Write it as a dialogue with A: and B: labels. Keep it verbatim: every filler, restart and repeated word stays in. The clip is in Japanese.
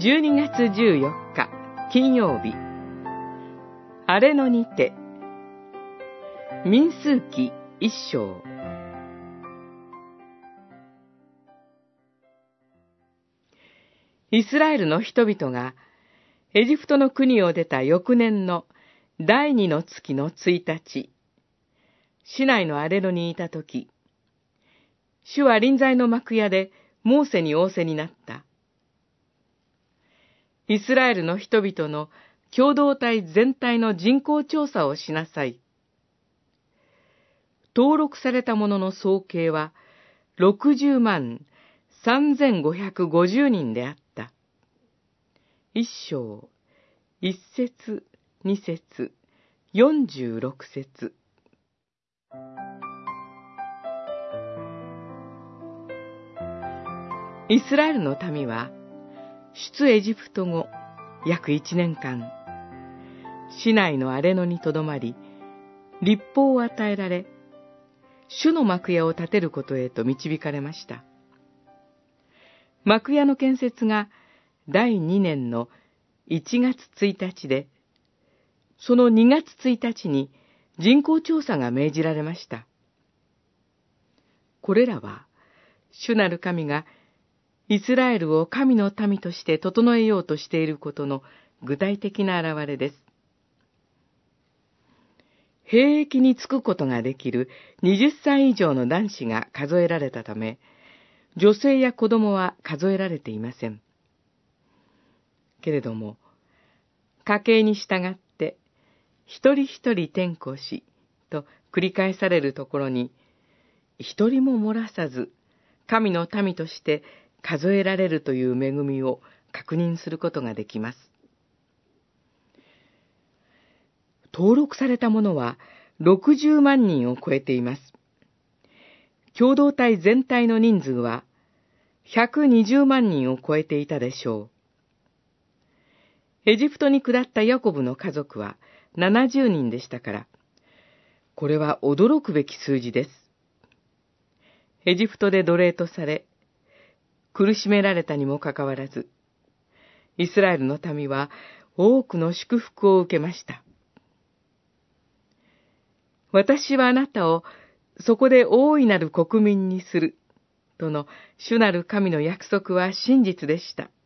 A: じゅうにがつじゅうよっか金曜日、荒れ野にて民数記一章。イスラエルの人々がエジプトの国を出た翌年の第二の月のついたち、市内の荒れ野にいたとき、主は臨在の幕屋でモーセに仰せになった。イスラエルの人々の共同体全体の人口調査をしなさい。登録された者の総計はろくじゅうまんさんぜんごひゃくごじゅうにんであった。一章、一節、二節、四十六節。イスラエルの民は、出エジプト後、約一年間、市内の荒れ野にとどまり、律法を与えられ、主の幕屋を建てることへと導かれました。幕屋の建設が第二年のいちがつついたちで、そのにがつついたちに人口調査が命じられました。これらは、主なる神がイスラエルを神の民として整えようとしていることの具体的な表れです。兵役に就くことができるはたち以上の男子が数えられたため、女性や子供は数えられていません。けれども、家計に従って、一人一人転校し、と繰り返されるところに、一人も漏らさず、神の民として数えられるという恵みを確認することができます。登録された者はろくじゅうまんにんを超えています。共同体全体の人数はひゃくにじゅうまんにんを超えていたでしょう。エジプトに下ったヤコブの家族はななじゅうにんでしたから、これは驚くべき数字です。エジプトで奴隷とされ、苦しめられたにもかかわらず、イスラエルの民は多くの祝福を受けました。私はあなたをそこで大いなる国民にする、との主なる神の約束は真実でした。